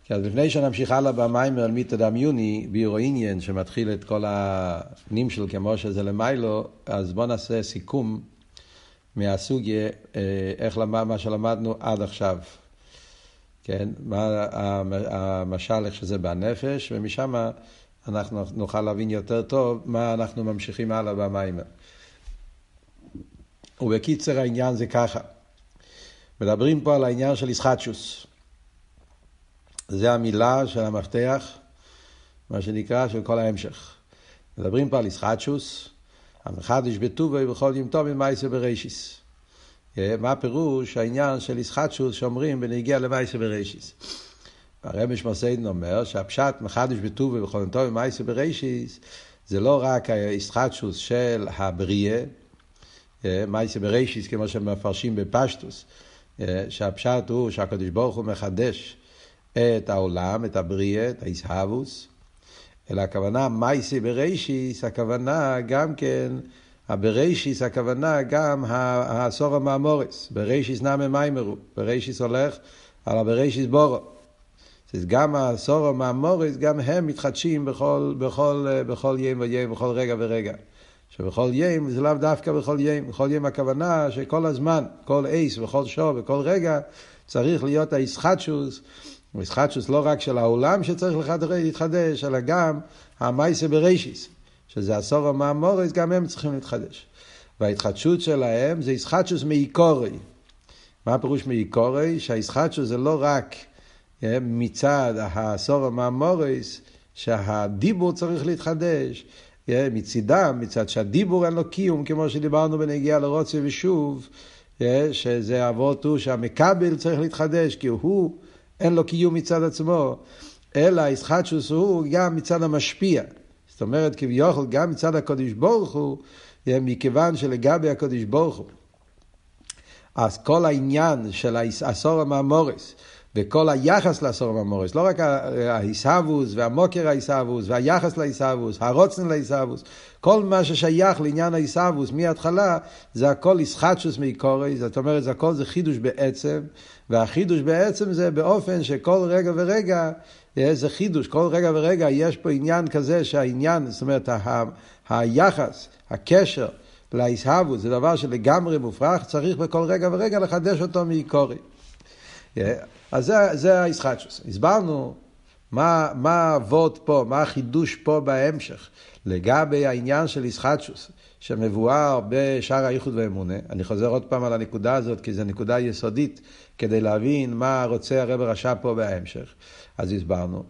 אז לפני שנמשיך הלאה במיימר על מיתא דמיוני, ביור עניין שמתחיל את כל הנמשל כמו שזה למיילו, אז בוא נעשה סיכום מהסוגיה, מה שלמדנו עד עכשיו. כן, מה המשל איך שזה בנפש, ומשם אנחנו נוכל להבין יותר טוב מה אנחנו ממשיכים הלאה במיימר. ובקיצר העניין זה ככה. מדברים פה על העניין של ישחטשוס. זה המילה של המפתח, מה שנקרא, של כל ההמשך. מדברים פה על ישחטשוס, המחדש בטובו ובכל יום טוב ממעשה בראשיס. מה הפירוש העניין של ישחטשוס שאומרים בנגיע למעשה בראשיס? הרמש מרסיידן אומר שהפשט מחדש בטובו ובכל יום טוב ממעשה בראשיס, זה לא רק הישחטשוס של הבריאה, מעשה בראשיס כמו שמפרשים בפשטוס, שהפשט הוא שהקדוש ברוך הוא מחדש את העולם, את הבריאה, את הישהבוס, אלא הכוונה מעשה בראשיס, הכוונה גם כן, הבראשיס הכוונה גם העשור המאמורס, בראשיס נאמה מיימרו, בראשיס הולך על הבראשיס בורו. גם העשור המאמורס, גם הם מתחדשים בכל יום ויום, בכל רגע ורגע. שבכל יום, זה לאו דווקא בכל יום, בכל יום הכוונה שכל הזמן, כל עיס וכל שור וכל רגע, צריך להיות הישחטשוס, הישחטשוס לא רק של העולם שצריך להתחדש, אלא גם המעשה בראשיס, שזה עשור המאמורס, גם הם צריכים להתחדש. וההתחדשות שלהם זה ישחטשוס מעיקורי. מה הפירוש מעיקורי? שהישחטשוס זה לא רק מצד העשור המאמורס, שהדיבור צריך להתחדש, מצידם, מצד שהדיבור אין לו קיום, כמו שדיברנו בנגיעה לרוצה ושוב, שזה אבות הוא שהמקבל צריך להתחדש, כי הוא אין לו קיום מצד עצמו, אלא הישחטשוס הוא גם מצד המשפיע. זאת אומרת, כביכול גם מצד הקדוש ברוך הוא, מכיוון שלגבי הקדוש ברוך הוא. אז כל העניין של העשור המאמורס, וכל היחס לעשור המאמורס, לא רק ההישהבוס והמוקר ההישהבוס והיחס להישהבוס, הרוצן להישהבוס, כל מה ששייך לעניין ההישהבוס מההתחלה, זה הכל ישחטשוס מעיקורי, זאת אומרת, זה הכל זה חידוש בעצם, והחידוש בעצם זה באופן שכל רגע ורגע זה חידוש, כל רגע ורגע יש פה עניין כזה שהעניין, זאת אומרת, היחס, הקשר להישהבוס, זה דבר שלגמרי מופרח, צריך בכל רגע ורגע לחדש אותו מעיקורי. אז זה הישחטשוס. הסברנו מה העבוד פה, מה החידוש פה בהמשך, לגבי העניין של ישחטשוס, שמבואר בשער הייחוד והאמונה. אני חוזר עוד פעם על הנקודה הזאת, כי זו נקודה יסודית, כדי להבין מה רוצה הרב רש"ב פה בהמשך. אז הסברנו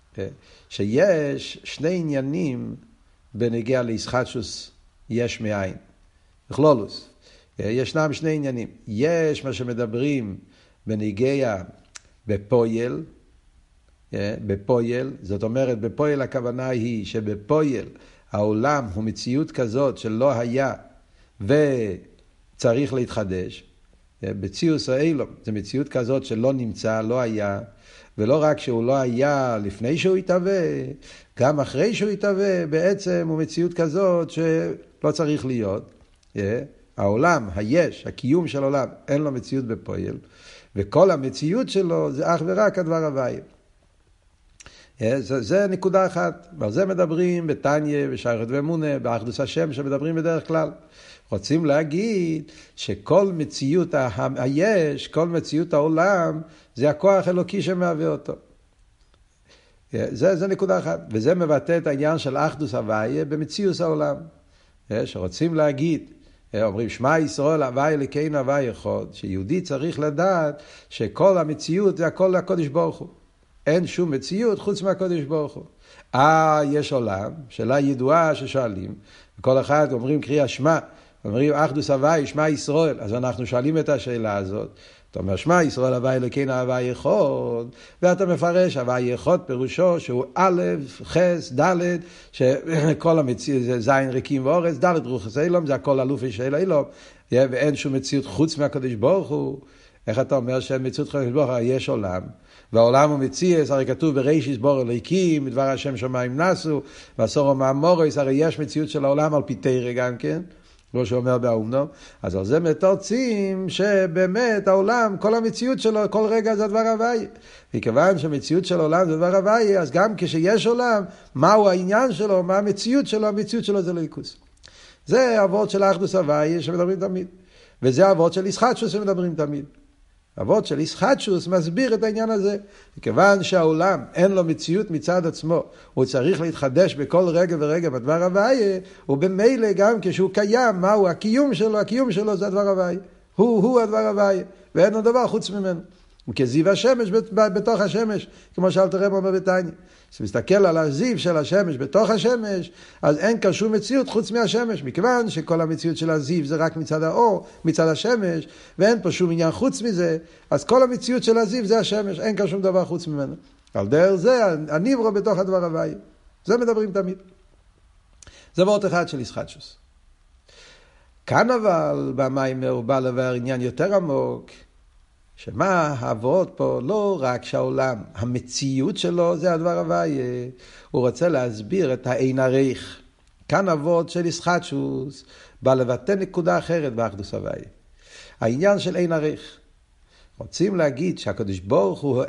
שיש שני עניינים בנגיע לישחטשוס יש מאין. בכלולוס. ישנם שני עניינים. יש מה שמדברים בנגיע בפועל, בפועל, זאת אומרת בפועל הכוונה היא שבפועל העולם הוא מציאות כזאת שלא היה וצריך להתחדש. בציוס האילום זה מציאות כזאת שלא נמצא, לא היה, ולא רק שהוא לא היה לפני שהוא התהווה, גם אחרי שהוא התהווה בעצם הוא מציאות כזאת שלא צריך להיות. העולם, היש, הקיום של העולם, אין לו מציאות בפועל, וכל המציאות שלו זה אך ורק הדבר הוויה. זה נקודה אחת, ועל זה מדברים בתניא, בשייכות ואמונה, באחדוס השם שמדברים בדרך כלל. רוצים להגיד שכל מציאות היש, כל מציאות העולם, זה הכוח אלוקי שמהווה אותו. זה נקודה אחת, וזה מבטא את העניין של אחדוס הוויה במציאות העולם. שרוצים להגיד, אומרים שמע ישראל הוויה אלוקינו הוויה אחד, שיהודי צריך לדעת שכל המציאות זה הכל הקדוש ברוך הוא. אין שום מציאות חוץ מהקדוש ברוך הוא. יש עולם, שאלה ידועה ששואלים, וכל אחד אומרים קריאה שמע, אומרים אחדוס הוויה, שמע ישראל, אז אנחנו שואלים את השאלה הזאת. אתה אומר שמע ישראל הוויה אלוקינו הוויה אחד, ואתה מפרש הוויה אחד פירושו שהוא א', חס, ד', שכל המציאות זה זין ריקים ואורץ, ד' רוחס אילום, זה הכל אלופי של אילום, ואין שום מציאות חוץ מהקדוש ברוך הוא. איך אתה אומר שאין מציאות חוץ מהקדוש ברוך הוא? יש עולם, והעולם הוא מציאות, הרי כתוב בראשיס בורא אלוקים, מדבר השם שמיים נסו, ועשור המאמורס, הרי יש מציאות של העולם על פי תורה גם כן, כמו שאומר באומנום, אז על זה מתרצים שבאמת העולם, כל המציאות שלו, כל רגע זה דבר הוויה. וכיוון שהמציאות של העולם זה דבר הוויה, אז גם כשיש עולם, מהו העניין שלו, מה המציאות שלו, המציאות שלו זה ליכוס. זה אבות של האחדוס הוויה שמדברים תמיד. וזה אבות של ישחטשוס שמדברים תמיד. אבות של ישחטשוס מסביר את העניין הזה. מכיוון שהעולם אין לו מציאות מצד עצמו, הוא צריך להתחדש בכל רגע ורגע בדבר הוויה, ובמילא גם כשהוא קיים, מהו הקיום שלו? הקיום שלו זה הדבר הוויה. הוא הדבר הוויה, ואין לו דבר חוץ ממנו. וכזיו השמש בתוך השמש, כמו שאלתר רבי אומר בתניא. כשמסתכל על הזיו של השמש בתוך השמש, אז אין כאן שום מציאות חוץ מהשמש, מכיוון שכל המציאות של הזיו זה רק מצד האור, מצד השמש, ואין פה שום עניין חוץ מזה, אז כל המציאות של הזיו זה השמש, אין כאן שום דבר חוץ ממנו. על דרך זה, הנברא בתוך הדבר הוויה. זה מדברים תמיד. זה וורט אחד של ישחטשוס. כאן אבל, במיימר הוא בא לבאר עניין יותר עמוק, שמה העבוד פה לא רק שהעולם, המציאות שלו זה הדבר הוויה, הוא רוצה להסביר את האין עריך. כאן עבוד של ישחטשוס בא לבטא נקודה אחרת באחדוס הוויה. העניין של אין עריך. רוצים להגיד שהקדוש ברוך הוא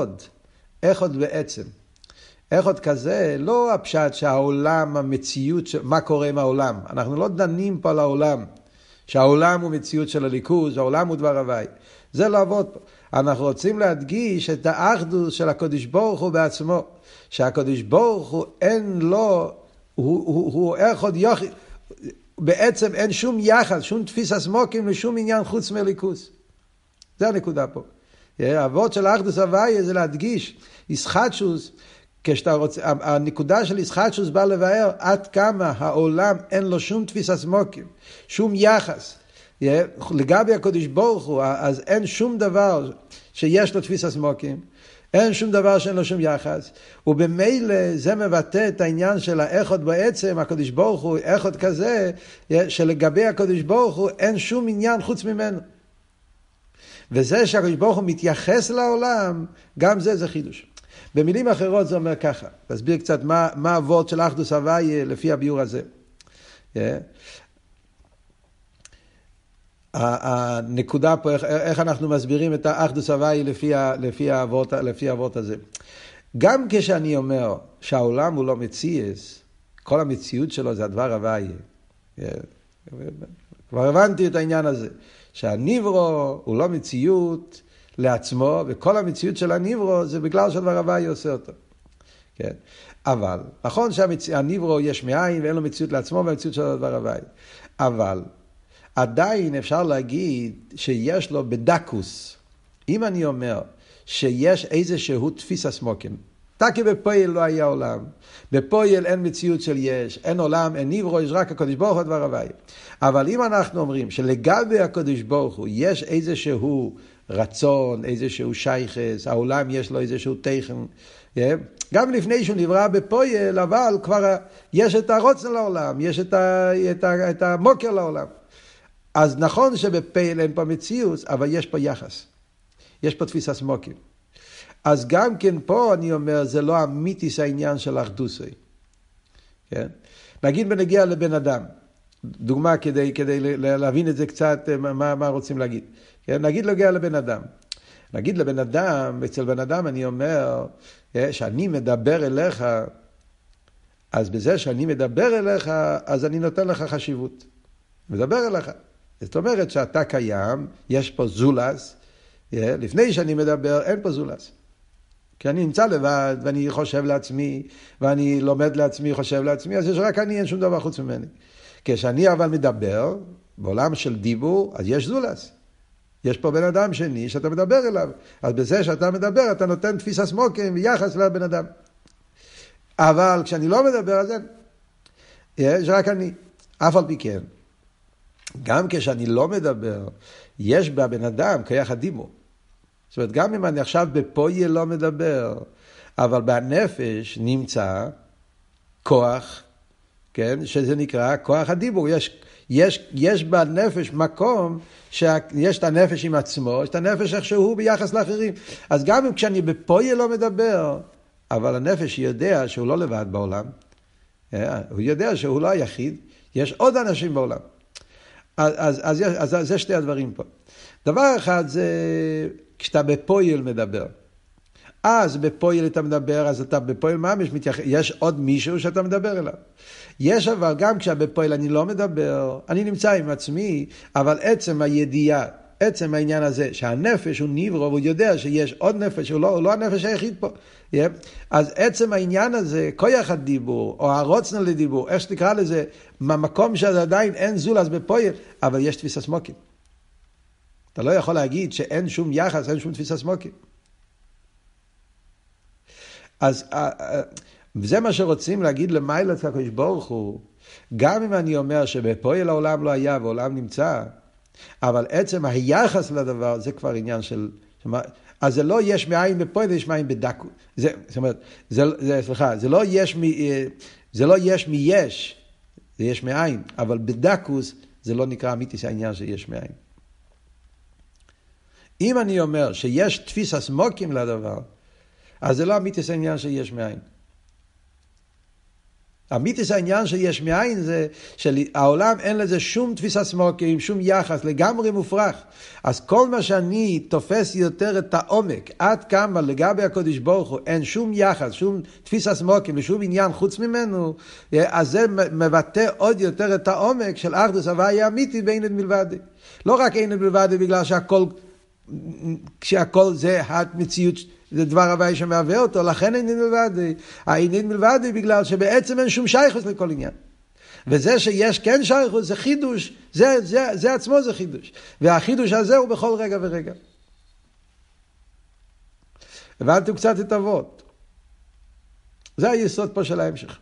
אחד בעצם. אחד כזה, לא הפשט שהעולם, המציאות, מה קורה עם העולם. אנחנו לא דנים פה על העולם. שהעולם הוא מציאות של הליכוז, העולם הוא דבר הוויה. זה לעבוד פה. אנחנו רוצים להדגיש את האחדוס של הקדוש ברוך הוא בעצמו. שהקדוש ברוך הוא אין לו, הוא אחד יחיד. בעצם אין שום יחס, שום תפיס הסמוקים לשום עניין חוץ מליכוז. זה הנקודה פה. העבוד של האחדוס הוויה זה להדגיש. ישחטשוס, כשאתה רוצה, הנקודה של ישחטשוס בא לבאר עד כמה העולם אין לו שום תפיס הסמוקים, שום יחס. לגבי הקדוש ברוך הוא, אז אין שום דבר שיש לו תפיס הסמוקים, אין שום דבר שאין לו שום יחס, ובמילא זה מבטא את העניין של האחד בעצם, הקדוש ברוך הוא אחד כזה, שלגבי הקדוש ברוך הוא אין שום עניין חוץ ממנו. וזה שהקדוש ברוך הוא מתייחס לעולם, גם זה חידוש. במילים אחרות זה אומר ככה, תסביר קצת מה הוורד של אחדוס הוויה לפי הביור הזה. הנקודה פה, איך אנחנו מסבירים את האחדוס הוויה לפי הוורד הזה. גם כשאני אומר שהעולם הוא לא מציאס, כל המציאות שלו זה הדבר הוויה. כבר הבנתי את העניין הזה, שהנברא הוא לא מציאות לעצמו, וכל המציאות של הנברא זה בגלל שהדבר הוויה עושה אותו. כן? אבל, נכון שהנברא יש מאין ואין לו מציאות לעצמו, והמציאות של הדבר הוויה. אבל, עדיין אפשר להגיד שיש לו בדקוס. אם אני אומר שיש איזשהו תפיס הסמוקים, תקי בפועל לא היה עולם, בפועל אין מציאות של יש, אין עולם, אין נברא, יש רק הקדוש ברוך הוא הדבר הוויה. אבל אם אנחנו אומרים שלגבי הקדוש ברוך הוא יש איזשהו רצון, איזשהו שייכס, העולם יש לו איזשהו תכן, גם לפני שהוא נברא בפועל, אבל כבר יש את הרוצן לעולם, יש את המוקר לעולם. אז נכון שבפועל אין פה מציאות, אבל יש פה יחס. יש פה תפיסה סמוקים. אז גם כן פה אני אומר, זה לא אמיתיס העניין של אחדוסי. כן? נגיד בנגיע לבן אדם, דוגמה כדי להבין את זה קצת, מה רוצים להגיד. כן? נגיד נגיע לבן אדם. נגיד לבן אדם, אצל בן אדם אני אומר, שאני מדבר אליך, אז בזה שאני מדבר אליך, אז אני נותן לך חשיבות. מדבר אליך. זאת אומרת שאתה קיים, יש פה זולס, לפני שאני מדבר, אין פה זולס. כי אני נמצא לבד, ואני חושב לעצמי, ואני לומד לעצמי, חושב לעצמי, אז יש רק אני, אין שום דבר חוץ ממני. כשאני אבל מדבר, בעולם של דיבור, אז יש זולס. יש פה בן אדם שני שאתה מדבר אליו. אז בזה שאתה מדבר, אתה נותן תפיסה סמוקים ויחס לבן אדם. אבל כשאני לא מדבר, אז אין. יש רק אני. אף על פי כן. גם כשאני לא מדבר, יש בבן אדם כיחד דיבור. זאת אומרת, גם אם אני עכשיו בפועל לא מדבר, אבל בנפש נמצא כוח, כן, שזה נקרא כוח הדיבור. יש בנפש מקום שיש את הנפש עם עצמו, יש את הנפש איך שהוא ביחס לאחרים. אז גם אם כשאני בפועל לא מדבר, אבל הנפש יודע שהוא לא לבד בעולם, הוא יודע שהוא לא היחיד, יש עוד אנשים בעולם. אז זה שתי הדברים פה. דבר אחד זה כשאתה בפועל מדבר. אז בפועל אתה מדבר, אז אתה בפועל ממש מתייחס, יש עוד מישהו שאתה מדבר אליו. יש אבל גם כשבפועל אני לא מדבר, אני נמצא עם עצמי, אבל עצם הידיעה, עצם העניין הזה, שהנפש הוא נברא, והוא יודע שיש עוד נפש, הוא לא הנפש היחיד פה. אז עצם העניין הזה, כוח הדיבור, או הרוצן לדיבור, איך שתקרא לזה, במקום שעדיין אין זולס בפועל, אבל יש תפיסה סמוקים. אתה לא יכול להגיד שאין שום יחס, אין שום תפיסה סמוקים. אז זה מה שרוצים להגיד למיילת הקדוש ברוך הוא, גם אם אני אומר שבפועל העולם לא היה והעולם נמצא, אבל עצם היחס לדבר זה כבר עניין של, אז זה לא יש מאין בפועל, זה יש מאין בדקות. זאת אומרת, זה לא יש מיש, זה יש מאין, אבל בדקוס זה לא נקרא אמיתיס העניין שיש מאין. אם אני אומר שיש תפיסה סמוקים לדבר, אז זה לא אמיתיס העניין שיש מאין. אמיתיס העניין שיש מאין זה שהעולם אין לזה שום תפיסה סמוקים, שום יחס, לגמרי מופרך. אז כל מה שאני תופס יותר את העומק, עד כמה לגבי הקדוש ברוך הוא אין שום יחס, שום תפיסה סמוקים ושום עניין חוץ ממנו, אז זה מבטא עוד יותר את העומק של אחדות הוויה אמיתית באין מלבד. לא רק אין מלבד בגלל שהכל זה המציאות, זה דבר הוואי שמהווה אותו, לכן אין מלבד. העניין מלבד בגלל שבעצם אין שום שייכות לכל עניין. וזה שיש כן שייכות זה חידוש, זה עצמו זה חידוש. והחידוש הזה הוא בכל רגע ורגע. הבנתם קצת את אבות. זה היסוד פה של ההמשך.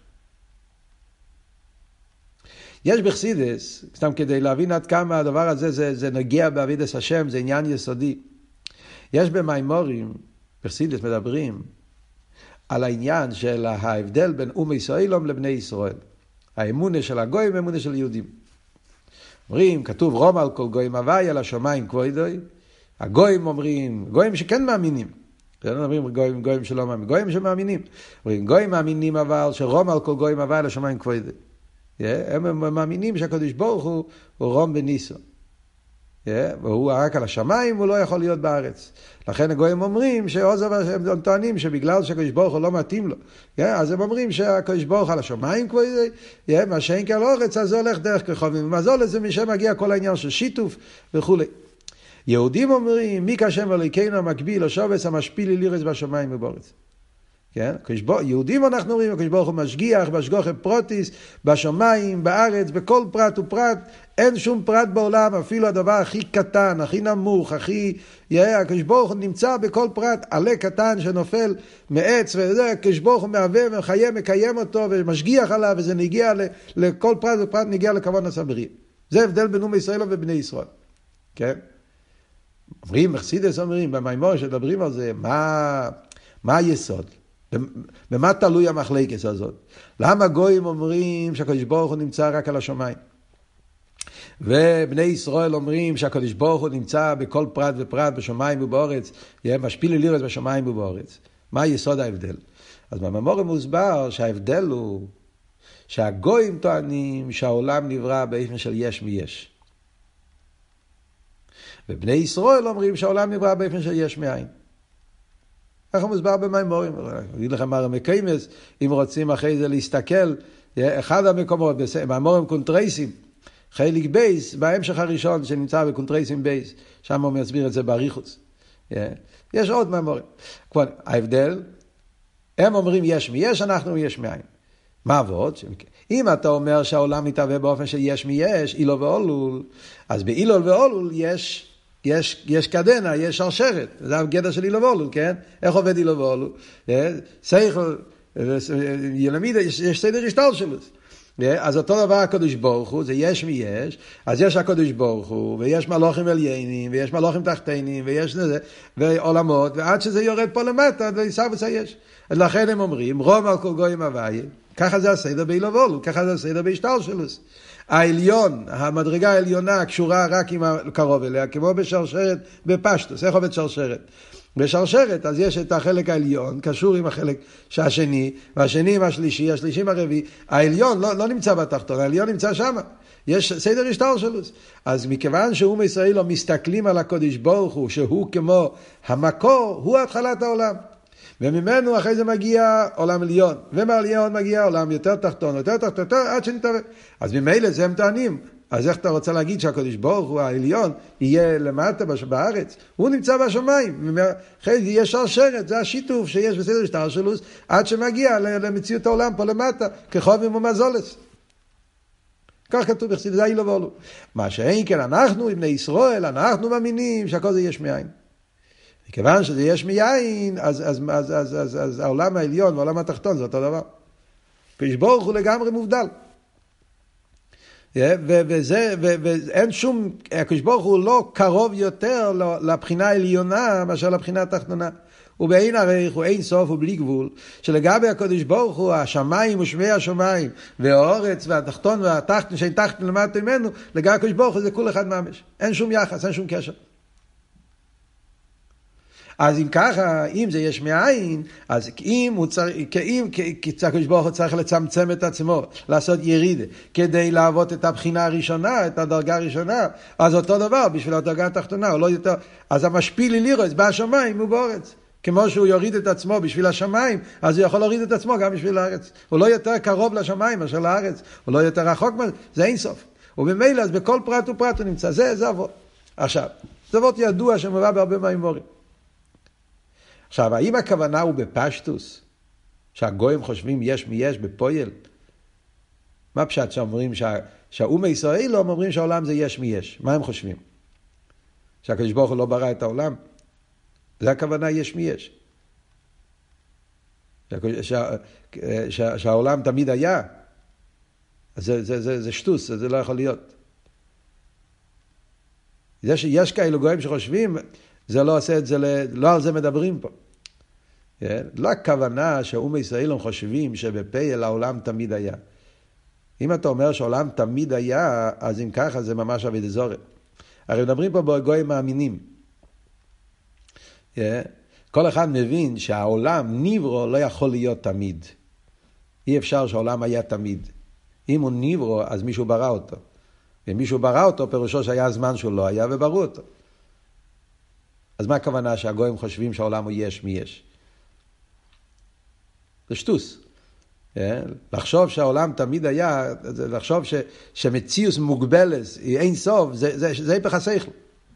יש בחסידס, סתם כדי להבין עד כמה הדבר הזה זה נגיע בעבודת השם, זה עניין יסודי. יש במיימורים, בחסידס מדברים על העניין של ההבדל בין אומי ישראלום לבני ישראל. האמונה של הגויים והאמונה של יהודים. אומרים, כתוב רום על כל גויים הווי על השמיים כבודוי. הגויים אומרים, גויים שכן מאמינים. לא אומרים גויים שלא מאמינים, גויים שמאמינים. אומרים, גויים מאמינים אבל שרום על כל גויים הווי על השמיים כבודוי. הם מאמינים שהקדוש ברוך הוא רום בניסו. והוא רק על השמיים, הוא לא יכול להיות בארץ. לכן הגויים אומרים הם טוענים שבגלל שהקדוש ברוך הוא לא מתאים לו, אז הם אומרים שהקדוש ברוך על השמיים כבר זה, מה שאין כאן אורץ, אז זה הולך דרך כרחובים, ומזול לזה משם מגיע כל העניין של שיתוף וכו'. יהודים אומרים, מי כשם אלוהינו המקביל, השובס המשפיל לירס בשמיים ובארץ. כן? יהודים אנחנו אומרים, הקדוש ברוך הוא משגיח, בהשגחה פרוטיס, בשמיים, בארץ, בכל פרט ופרט, אין שום פרט בעולם, אפילו הדבר הכי קטן, הכי נמוך, הקדוש ברוך הוא נמצא בכל פרט, עלה קטן שנופל מעץ, וזה, הקדוש ברוך הוא מהווה ומחיה, מקיים אותו, ומשגיח עליו, וזה נגיע לכל פרט ופרט, נגיע לכוון הסבריא. זה הבדל בין אומי ישראל ובני ישראל. כן? אומרים, מחסידס אומרים, במיימור שדברים על זה, מה היסוד? במה תלוי המחלקת הזאת? למה גויים אומרים שהקדוש ברוך הוא נמצא רק על השמיים? ובני ישראל אומרים שהקדוש ברוך הוא נמצא בכל פרט ופרט בשמיים ובארץ, משפיל לירס בשמיים ובארץ. מה יסוד ההבדל? אז במאמר מוסבר שההבדל הוא שהגויים טוענים שהעולם נברא באופן של יש מיש. ובני ישראל אומרים שהעולם נברא באופן של יש מאין. ככה מוסבר במיימורים. אגיד לכם מה מקיימס, אם רוצים אחרי זה להסתכל, אחד המקומות, במיימורים קונטרייסים, חלק בייס, בהמשך הראשון שנמצא בקונטרייסים בייס, שם הוא מסביר את זה באריכוס. יש עוד מיימורים. ההבדל, הם אומרים יש מיש, אנחנו יש מאין. מה עבוד? אם אתה אומר שהעולם מתהווה באופן שיש מיש, אילו ואולול, אז באילו ואולול יש קדנה, יש שרשרת. זה הגדר של אילו ואולול, כן? איך עובד אילו ואולול? שכל, ילמיד, יש סדר השתל שלו. אז אותו דבר הקדוש ברוך הוא, זה יש מיש, אז יש הקדוש ברוך הוא, ויש מלוכים עליינים, ויש מלוכים תחתינים, ויש זה, ועולמות, ועד שזה יורד פה למטה, ויסבוס היש. אז לכן הם אומרים, רום על כל גויים הוויה, ככה זה הסדר באילו ואולול, ככה זה הסדר בהשתל שלו. העליון, המדרגה העליונה קשורה רק עם הקרוב אליה, כמו בשרשרת בפשטוס. איך עובד שרשרת? בשרשרת, אז יש את החלק העליון, קשור עם החלק השני, והשני עם השלישי, השלישי עם הרביעי. העליון לא נמצא בתחתון, העליון נמצא שם. יש סדר השתלשלות. אז מכיוון שאום ישראל לא מסתכלים על הקודש ברוך הוא, שהוא כמו המקור, הוא התחלת העולם. וממנו אחרי זה מגיע עולם עליון, ומהעליון מגיע עולם יותר תחתון, יותר תחתון, עד שנתערב. אז ממילא זה הם טוענים. אז איך אתה רוצה להגיד שהקדוש ברוך הוא העליון יהיה למטה בארץ? הוא נמצא בשמיים. אחרי זה יהיה שרשרת, זה השיתוף שיש בסדר השתלשלות, עד שמגיע למציאות העולם פה למטה, כחובים ומזולס. כך כתוב בחסידות, זה אילו ואולו. מה שאין כן אנחנו, בני ישראל, אנחנו מאמינים שהכל זה יש מאין. מכיוון שזה יש מאין, אז העולם העליון והעולם התחתון זה אותו דבר. הקדוש ברוך הוא לגמרי מובדל. ואין שום, הקדוש ברוך הוא לא קרוב יותר לבחינה העליונה מאשר לבחינה התחתונה. הוא באין ערך, הוא אין סוף, הוא בלי גבול, שלגבי הקדוש ברוך הוא, השמיים ושמי השמיים, והאורץ והתחתון והתחתון, שאין תחתון למטה ממנו, לגבי הקדוש ברוך הוא זה כל אחד ממש. אין שום יחס, אין שום קשר. אז אם ככה, אם זה יש מאין, אז אם הוא צריך, כי הקדוש ברוך הוא צריך לצמצם את עצמו, לעשות ירידה, כדי לעבוד את הבחינה הראשונה, את הדרגה הראשונה, אז אותו דבר, בשביל הדרגה התחתונה, הוא לא יותר, אז המשפיל לירוס, בשמיים הוא בארץ. כמו שהוא יוריד את עצמו בשביל השמיים, אז הוא יכול להוריד את עצמו גם בשביל הארץ. הוא לא יותר קרוב לשמיים מאשר לארץ, הוא לא יותר רחוק, זה אין סוף. ובמילא, אז בכל פרט ופרט הוא נמצא, זה עבוד. עכשיו, זה עבוד ידוע שמובא בהרבה מהאמורים. עכשיו, האם הכוונה הוא בפשטוס? שהגויים חושבים יש מיש בפועל? מה פשט שאומרים שהאום ישראל לא אומרים שהעולם זה יש מיש? מה הם חושבים? שהקדוש ברוך הוא לא ברא את העולם? זה הכוונה יש מיש. שהעולם תמיד היה. זה שטוס, זה לא יכול להיות. זה שיש כאלו גויים שחושבים, זה לא עושה את זה, לא על זה מדברים פה. לא הכוונה שאום ישראל חושבים שבפייל העולם תמיד היה. אם אתה אומר שהעולם תמיד היה, אז אם ככה זה ממש עבד זורם. הרי מדברים פה בגויים מאמינים. כל אחד מבין שהעולם נברו לא יכול להיות תמיד. אי אפשר שהעולם היה תמיד. אם הוא נברו, אז מישהו ברא אותו. ומישהו ברא אותו, פירושו שהיה זמן שהוא לא היה ובראו אותו. אז מה הכוונה שהגויים חושבים שהעולם הוא יש מי יש? זה שטוס. לחשוב שהעולם תמיד היה, לחשוב שמציאוס מוגבלת, אין סוף, זה היפך השכל.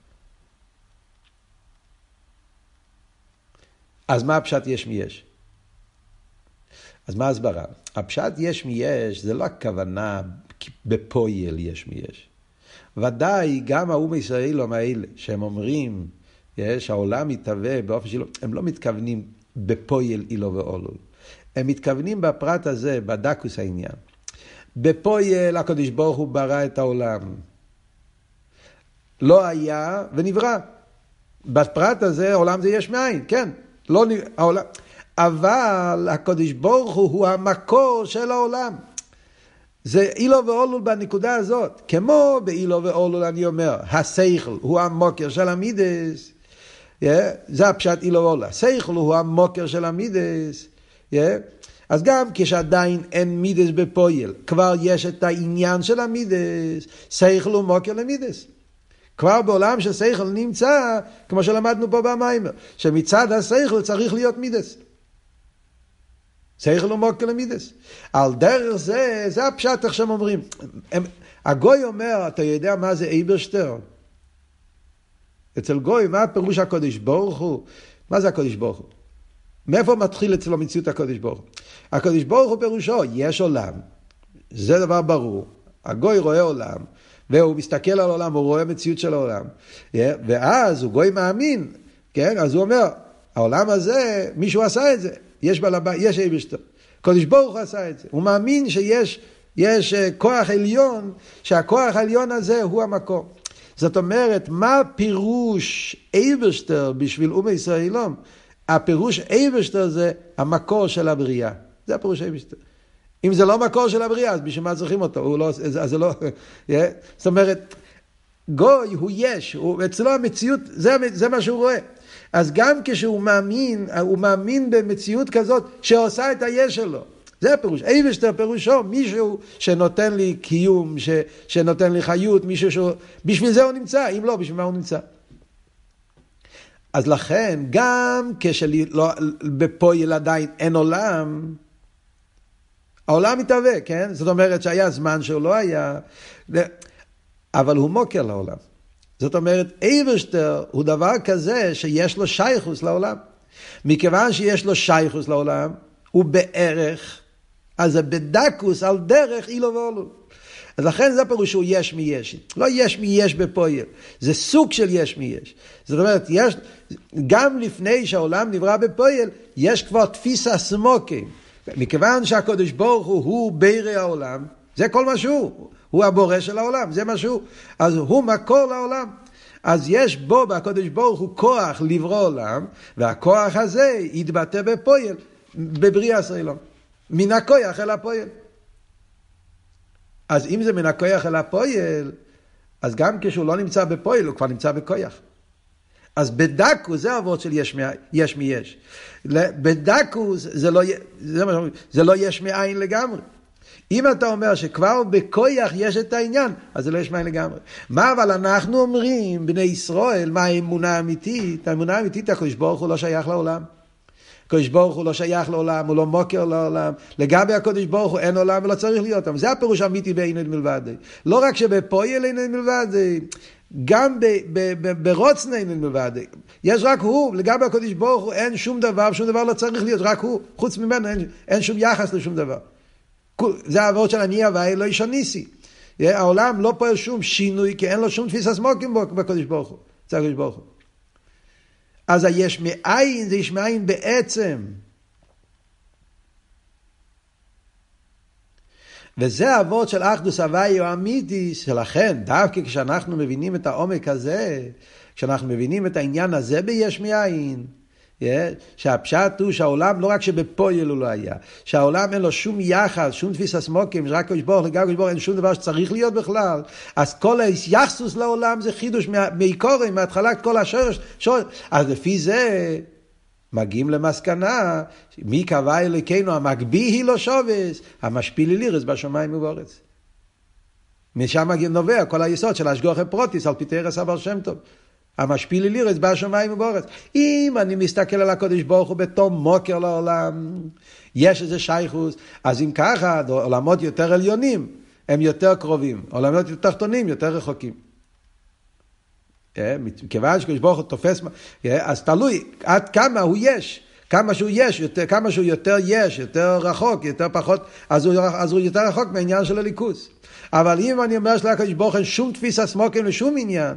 אז מה הפשט יש מי יש? אז מה הסברה? הפשט יש מי יש, זה לא הכוונה בפועל יש מי יש. ודאי גם האום ישראלים האלה, שהם אומרים, שהעולם יתהווה באופן שלו, הם לא מתכוונים בפועל אילו ואולול. הם מתכוונים בפרט הזה, בדקוס העניין. בפועל הקדוש ברוך הוא ברא את העולם. לא היה ונברא. בפרט הזה העולם זה יש מאין, כן. לא העולם. אבל הקדוש ברוך הוא המקור של העולם. זה אילו ואולול בנקודה הזאת. כמו באילו ואולול אני אומר, השכל הוא המוקר של המידס. זה הפשט אילו ואולול. השכל הוא המוקר של המידס. אז גם כשעדיין אין מידס בפועל, כבר יש את העניין של המידס, שכל הוא מוקר למידס. כבר בעולם ששכל נמצא, כמו שלמדנו פה במיימר, שמצד השכל צריך להיות מידס. שכל הוא מוקר למידס. על דרך זה, זה הפשט איך שהם אומרים. הגוי אומר, אתה יודע מה זה אייברשטר? אצל גוי, מה פירוש הקודש ברוך הוא? מה זה הקודש ברוך הוא? מאיפה מתחיל אצלו מציאות הקודש ברוך הוא? הקודש ברוך הוא פירושו, יש עולם, זה דבר ברור, הגוי רואה עולם, והוא מסתכל על העולם, הוא רואה מציאות של העולם, ואז הוא גוי מאמין, כן? אז הוא אומר, העולם הזה, מישהו עשה את זה, יש אייברשטר, הקודש ברוך הוא עשה את זה, הוא מאמין שיש כוח עליון, שהכוח העליון הזה הוא המקום. זאת אומרת, מה פירוש אייברשטר בשביל אומה ישראלום? הפירוש אייברשטר זה המקור של הבריאה. זה הפירוש אייברשטר. אם זה לא מקור של הבריאה, אז בשביל מה צריכים אותו? אז זה לא... זאת אומרת, גוי הוא יש, אצלו המציאות, זה מה שהוא רואה. אז גם כשהוא מאמין, הוא מאמין במציאות כזאת שעושה את היש שלו. זה הפירוש. אייבשטר פירושו, מישהו שנותן לי קיום, שנותן לי חיות, מישהו בשביל זה הוא נמצא, אם לא, בשביל מה הוא נמצא. אז לכן, גם כשבפועל עדיין אין עולם, העולם מתהווה, כן? זאת אומרת שהיה זמן שהוא לא היה, אבל הוא מוקר לעולם. זאת אומרת, אייבשטר הוא דבר כזה שיש לו שייכוס לעולם. מכיוון שיש לו שייכוס לעולם, הוא בערך, אז זה בדקוס על דרך אילו ואולו. אז לכן זה פירוש שהוא יש מי יש. לא יש מי יש בפועל. זה סוג של יש מי יש. זאת אומרת, יש, גם לפני שהעולם נברא בפועל, יש כבר תפיסה סמוקים. מכיוון שהקדוש ברוך הוא בירי העולם, זה כל מה שהוא. הוא הבורא של העולם, זה מה שהוא. אז הוא מקור לעולם. אז יש בו, בקדוש ברוך הוא, כוח לברוא עולם, והכוח הזה יתבטא בפועל, בבריאת העולם. מן הכוח אל הפועל. אז אם זה מן הכוח אל הפועל, אז גם כשהוא לא נמצא בפועל, הוא כבר נמצא בכוח. אז בדקוס, זה העבוד של יש מי יש. בדקוס, זה לא יש מאין לגמרי. אם אתה אומר שכבר בכוח יש את העניין, אז זה לא יש מאין לגמרי. מה אבל אנחנו אומרים, בני ישראל, מה האמונה האמיתית? האמונה האמיתית, הקדוש ברוך הוא לא שייך לעולם. הקדוש ברוך הוא לא שייך לעולם, הוא לא מוקר לעולם. לגבי הקדוש ברוך הוא אין עולם ולא צריך להיות. זה הפירוש האמיתי באין מלבד. לא רק שבפועל אין מלבד, גם ברוצן אין מלבד. יש רק הוא, לגבי הקדוש ברוך הוא אין שום דבר, שום דבר לא צריך להיות, רק הוא. חוץ ממנו אין שום יחס לשום דבר. זה העבוד של אני הוואי לא ישניסי. העולם לא פועל שום שינוי, כי אין לו שום תפיסה סמוקים בקדוש ברוך הוא. זה הקדוש ברוך הוא. אז היש מאין זה יש מאין בעצם. וזה העבוד של אחדוס הוואי או אמיתי, שלכן דווקא כשאנחנו מבינים את העומק הזה, כשאנחנו מבינים את העניין הזה ביש מאין, שהפשט הוא שהעולם לא רק שבפועל הוא לא היה, שהעולם אין לו שום יחס, שום תפיסה סמוקים, רק קדוש ברוך הוא, אין שום דבר שצריך להיות בכלל, אז כל היחסוס לעולם זה חידוש מעיקורים, מההתחלת כל השורש, אז לפי זה מגיעים למסקנה, מי קבע אלוקינו המגביא היא לא שובס, המשפיל היא לירס בשמיים ובארץ. משם נובע כל היסוד של השגחה פרוטיס על פי תרס הבעל שם טוב. המשפיל לירס בשמיים ובארץ. אם אני מסתכל על הקדוש ברוך הוא בתור מוקר לעולם, יש איזה שייכוס, אז אם ככה, עולמות יותר עליונים, הם יותר קרובים, עולמות יותר תחתונים, יותר רחוקים. כיוון שקדוש ברוך הוא תופס, אז תלוי עד כמה הוא יש, כמה שהוא יש, כמה שהוא יותר יש, יותר רחוק, יותר פחות, אז הוא יותר רחוק מהעניין של הליכוס. אבל אם אני אומר שלקדוש ברוך אין שום תפיסה סמוקים לשום עניין,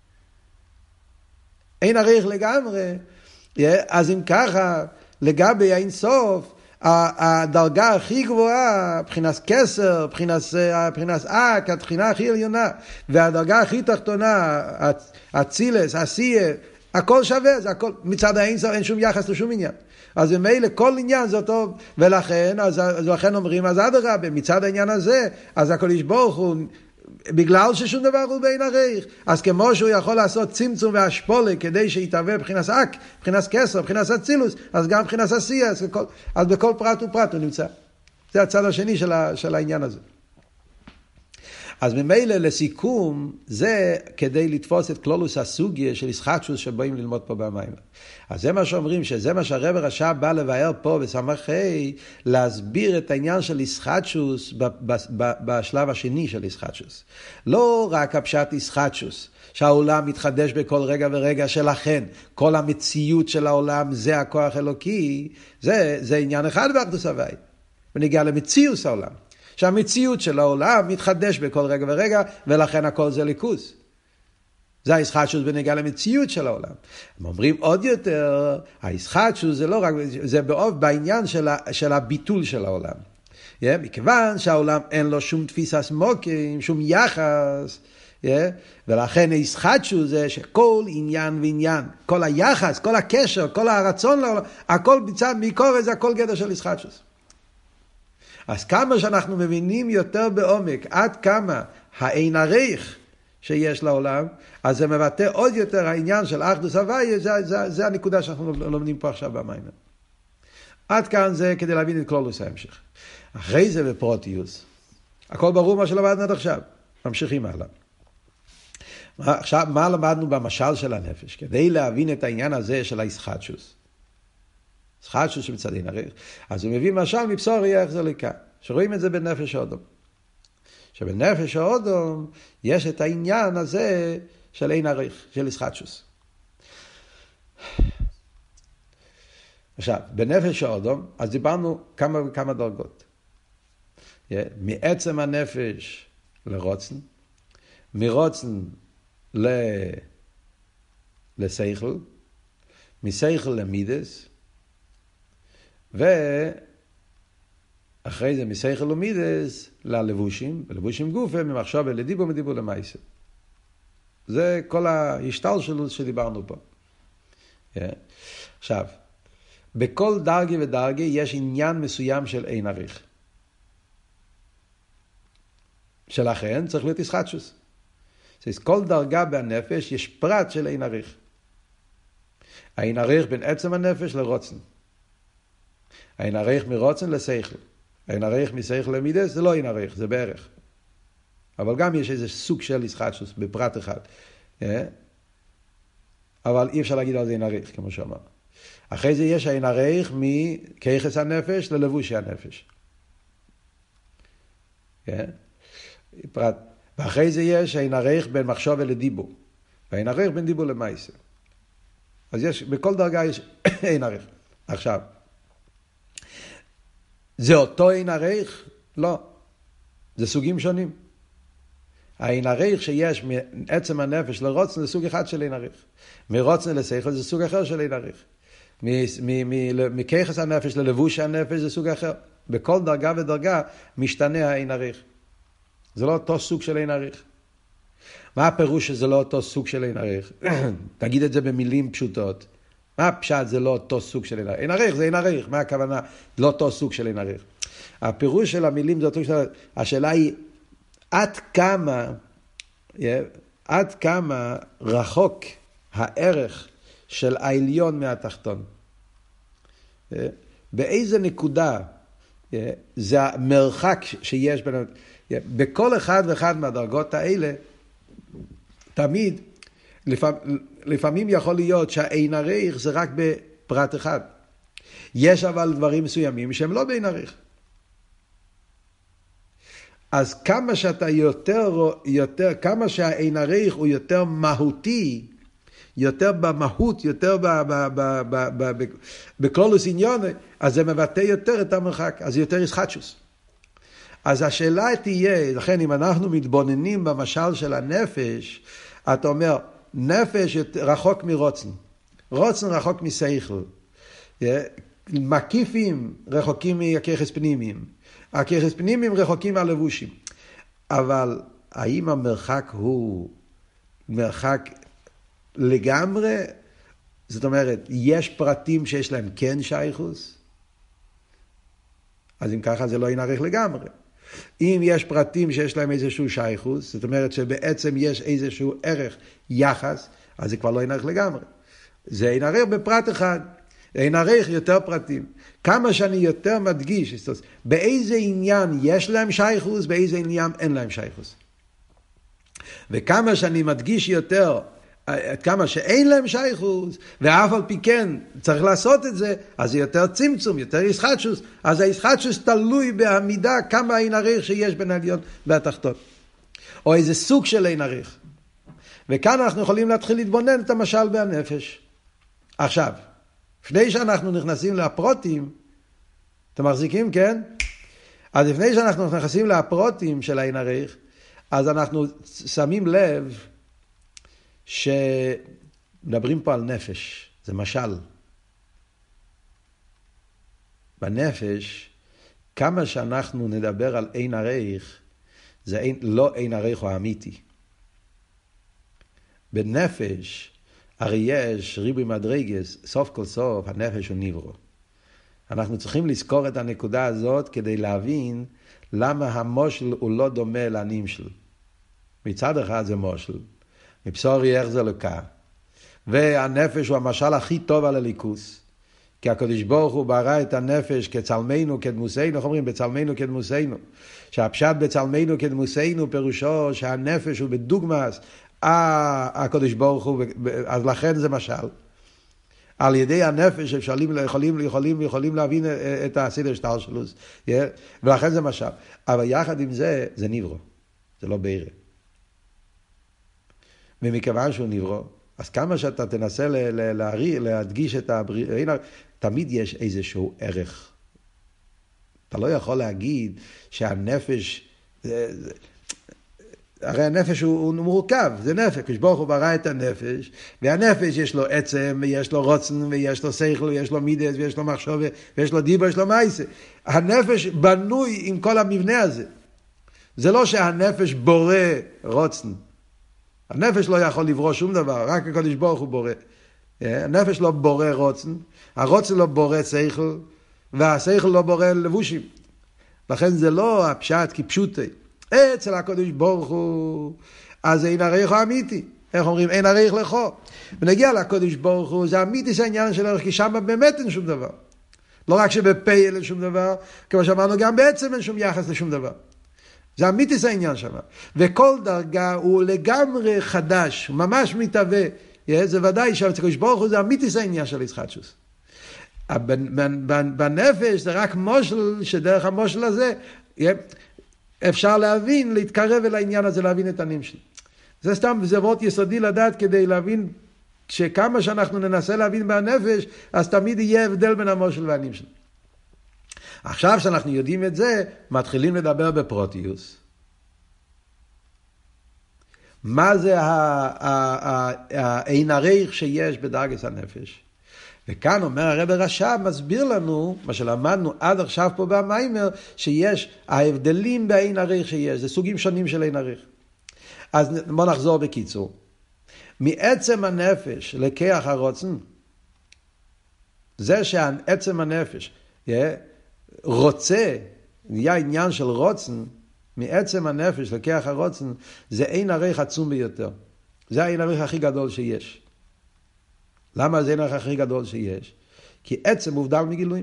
אין עריך לגמרי, אז אם ככה, לגבי האין סוף, הדרגה הכי גבוהה, מבחינת כסר, מבחינת אק, הבחינה הכי עליונה, והדרגה הכי תחתונה, הצילס, עשייה, הכל שווה, זה הכל, מצד האין סוף אין שום יחס לשום עניין. אז במילא כל עניין זה טוב, ולכן, אז לכן אומרים, אז אדרבה, מצד העניין הזה, אז הקדוש ברוך הוא, בגלל ששום דבר הוא בין עריך, אז כמו שהוא יכול לעשות צמצום והשפולה כדי שיתהווה מבחינת אק, מבחינת כסר, מבחינת אצילוס, אז גם מבחינת עשייה, אז בכל פרט ופרט הוא נמצא. זה הצד השני של העניין הזה. אז ממילא לסיכום, זה כדי לתפוס את כלולוס הסוגיה של ישחטשוס שבאים ללמוד פה במים. אז זה מה שאומרים, שזה מה שהרב הרש"ב בא לבאר פה בסמכי, להסביר את העניין של ישחטשוס בשלב השני של ישחטשוס. לא רק הפשט ישחטשוס, שהעולם מתחדש בכל רגע ורגע, שלכן כל המציאות של העולם זה הכוח אלוקי, זה עניין אחד באחדוס הוואי. ונגיע למציאות העולם. שהמציאות של העולם מתחדש בכל רגע ורגע, ולכן הכל זה ליכוז. זה הישחטשוס בנגיעה למציאות של העולם. הם אומרים עוד יותר, הישחטשוס זה לא רק, זה בעניין של הביטול של העולם. מכיוון שהעולם אין לו שום תפיסה סמוקים, שום יחס, ולכן הישחטשוס זה שכל עניין ועניין, כל היחס, כל הקשר, כל הרצון לעולם, הכל בצד מקור, זה הכל גדר של ישחטשוס. אז כמה שאנחנו מבינים יותר בעומק, עד כמה האין עריך שיש לעולם, אז זה מבטא עוד יותר העניין של אחדוס הוואי, זה הנקודה שאנחנו לומדים פה עכשיו במים. עד כאן זה כדי להבין את כלולוס ההמשך. אחרי זה בפרוטיוס, הכל ברור מה שלמדנו עד עכשיו. ממשיכים הלאה. עכשיו, מה למדנו במשל של הנפש? כדי להבין את העניין הזה של הישחטשוס. ישחטשוס שמצד אין ערך. אז הוא מביא משל מבשור יח זה לקה. שרואים את זה בנפש האודום. שבנפש האודום יש את העניין הזה של אין ערך, של ישחטשוס. עכשיו, בנפש האודום, אז דיברנו כמה דרגות. מעצם הנפש לרוצן, מרוצן לסייכל, מסייכל למידס, ואחרי זה מסייכל למידס ללבושים, בלבושים גופה, ממחשבה לדיבור, מדיבור למעשה. זה כל ההשתל שלו שדיברנו פה. עכשיו, בכל דרגי ודרגי יש עניין מסוים של אין ערך. שלכן צריך להיות ישחטשוס. כל דרגה בנפש יש פרט של אין ערך. האין ערך בין עצם הנפש לרוצן. האין ערך מרוצן לשכל. האין ערך משכל למידס זה לא אין ערך, זה בערך. אבל גם יש איזה סוג של ישחטשוס בפרט אחד. אבל אי אפשר להגיד על זה אין ערך, כמו שאמר. אחרי זה יש האין ערך מכיחס הנפש ללבושי הנפש. פרט. ואחרי זה יש האין ערך בין מחשבה לדיבור. והאין ערך בין דיבור למעשה. אז יש, בכל דרגה יש אין ערך. עכשיו, זה אותו אין ערך? לא. זה סוגים שונים. האין ערך שיש מעצם הנפש לרוצן זה סוג אחד של אין ערך. מרוצן לשכל זה סוג אחר של אין ערך. מכיחס הנפש ללבוש הנפש זה סוג אחר. בכל דרגה ודרגה משתנה האין ערך. זה לא אותו סוג של אין ערך. מה הפירוש שזה לא אותו סוג של אין ערך? תגיד את זה במילים פשוטות. מה הפשט זה לא אותו סוג של אין ערך? אין ערך זה אין ערך. מה הכוונה? לא אותו סוג של אין ערך. הפירוש של המילים זה אותו סוג של... השאלה היא עד כמה רחוק הערך של העליון מהתחתון. באיזה נקודה זה המרחק שיש בין... בכל אחד ואחד מהדרגות האלה, תמיד, לפעמים יכול להיות שהאין ערך זה רק בפרט אחד. יש אבל דברים מסוימים שהם לא באין ערך. אז כמה שאתה יותר, כמה שהאין ערך הוא יותר מהותי, יותר במהות, יותר בקלולוס עניון, אז זה מבטא יותר את המרחק, אז זה יותר ישחטשוס. אז השאלה תהיה, לכן אם אנחנו מתבוננים במשל של הנפש, אתה אומר, נפש רחוק מרוצן, רוצן רחוק מסייכל, מקיפים רחוקים מהכיחס פנימיים, הכיחס פנימיים רחוקים מהלבושים. אבל האם המרחק הוא מרחק לגמרי? זאת אומרת, יש פרטים שיש להם כן שייכוס? אז אם ככה זה לא ינערך לגמרי. אם יש פרטים שיש להם איזשהו שייכוס, זאת אומרת שבעצם יש איזשהו ערך יחס, אז זה כבר לא ינערך לגמרי. זה ינערך בפרט אחד. ינערך יותר פרטים. כמה שאני יותר מדגיש, באיזה עניין יש להם שייכוס, באיזה עניין אין להם שייכוס. וכמה שאני מדגיש יותר, כמה שאין להם שייכוס, ואף על פי כן צריך לעשות את זה, אז זה יותר צמצום, יותר ישחטשוס. אז הישחטשוס תלוי בעמידה כמה אין ערך שיש בין העליון והתחתון. או איזה סוג של אין ערך. וכאן אנחנו יכולים להתחיל להתבונן את המשל בהנפש. עכשיו, לפני שאנחנו נכנסים לפרוטים, אתם מחזיקים, כן? אז לפני שאנחנו נכנסים לפרוטים של האין ערך, אז אנחנו שמים לב שמדברים פה על נפש, זה משל. בנפש, כמה שאנחנו נדבר על אין ערך, זה לא אין ערך הוא האמיתי. בנפש, הרי יש ריבוי מדרגס, סוף כל סוף, הנפש הוא נברו. אנחנו צריכים לזכור את הנקודה הזאת כדי להבין למה המושל הוא לא דומה לנמשל. מצד אחד זה מושל, מבשור יח זה אלוקה, והנפש הוא המשל הכי טוב על הליכוס, כי הקדוש ברוך הוא ברא את הנפש כצלמנו כדמוסנו, איך אומרים? בצלמנו כדמוסנו. שהפשט בצלמנו כדמוסנו פירושו שהנפש הוא בדוגמס הקדוש ברוך הוא, אז לכן זה משל. על ידי הנפש יכולים להבין את הסדר שטר שלו, ולכן זה משל. אבל יחד עם זה, זה נברו, זה לא בירה. ומכיוון שהוא נברו, אז כמה שאתה תנסה להדגיש את הבריאה, תמיד יש איזשהו ערך. אתה לא יכול להגיד שהנפש, הרי הנפש הוא מורכב, זה נפש, ברוך הוא ברא את הנפש, והנפש יש לו עצם, ויש לו רוצן, ויש לו שכל, ויש לו מידס, ויש לו מחשבה, ויש לו דיבור, יש לו מייסה. הנפש בנוי עם כל המבנה הזה. זה לא שהנפש בורא רוצן. הנפש לא יכול לברוא שום דבר, רק הקדוש ברוך הוא בורא. הנפש לא בורא רוצן, הרוצן לא בורא שכל, והשכל לא בורא לבושים. לכן זה לא הפשט כפשוטי. אצל הקדוש ברוך הוא, אז אין ערך אמיתי. איך אומרים? אין ערך לכו. ונגיע לקדוש ברוך הוא, זה אמיתי, זה העניין של ערך, כי שם באמת אין שום דבר. לא רק שבפה אין שום דבר, כמו שאמרנו, גם בעצם אין שום יחס לשום דבר. זה אמיתי, זה העניין שם. וכל דרגה הוא לגמרי חדש, הוא ממש מתהווה. זה ודאי שהקדוש ברוך הוא, זה אמיתי, זה העניין של ישחטשוס. בנפש זה רק מושל, שדרך המושל הזה, אפשר להבין, להתקרב אל העניין הזה, להבין את הנמשל. זה סתם, זה מאוד יסודי לדעת כדי להבין, שכמה שאנחנו ננסה להבין בנפש, אז תמיד יהיה הבדל בין המושל והנמשל. עכשיו שאנחנו יודעים את זה, מתחילים לדבר בפרוטיוס. מה זה האין ערך שיש בדרגת הנפש? וכאן אומר הרב רש"ב, מסביר לנו, מה שלמדנו עד עכשיו פה במיימר, שיש ההבדלים באין ערך שיש, זה סוגים שונים של אין ערך. אז בוא נחזור בקיצור. מעצם הנפש לקח הרוצן, זה שעצם הנפש רוצה, נהיה עניין של רוצן, מעצם הנפש לקח הרוצן, זה אין ערך עצום ביותר. זה האין ערך הכי גדול שיש. למה זה אין ערך הכי גדול שיש? כי עצם מובדל מגילויים.